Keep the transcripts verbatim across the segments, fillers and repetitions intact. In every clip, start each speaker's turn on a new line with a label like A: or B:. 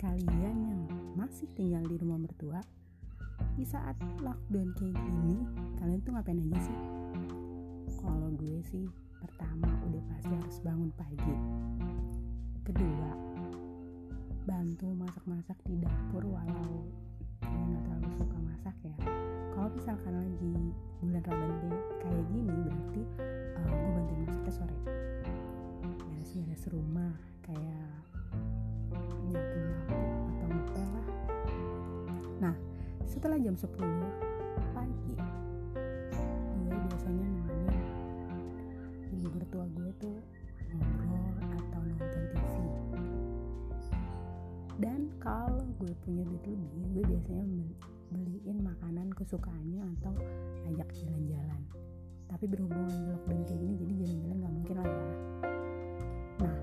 A: kalian yang masih tinggal di rumah mertua, di saat lockdown kayak gini, kalian tuh ngapain aja sih? Kalau gue sih, pertama udah pasti harus bangun pagi. Kedua, bantu masak-masak di dapur walau gue gak terlalu suka masak ya. Kalau misalkan lagi bulan Ramadan kayak gini, berarti uh, gue bantuin masaknya sore. Beres-beres rumah, kayak nyapu-nyapu atau ngepel lah. Nah, setelah jam sepuluh pagi, gue biasanya nemenin ibu mertua gue tuh ngobrol atau nonton T V. Dan kalau gue punya duit lebih, gue biasanya beliin makanan kesukaannya atau ajak jalan-jalan. Tapi berhubung lagi lockdown kayak gini, jadi jalan-jalan gak mungkin lah ya. Nah,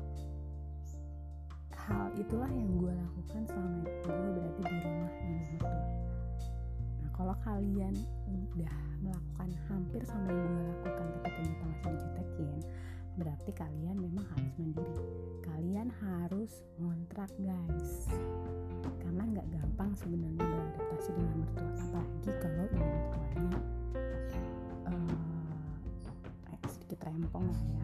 A: hal itulah yang gue lakukan selama gue berada di rumah ibu mertua. Nah, kalau kalian udah melakukan hampir sama yang gue lakukan tapi ternyata masih dijutekin, berarti kalian memang harus mandiri. Kalian harus ngontrak, guys. Karena gak gampang sebenarnya beradaptasi dengan mertua, apalagi kalau ibu mertuanya uh, sedikit rempong lah ya.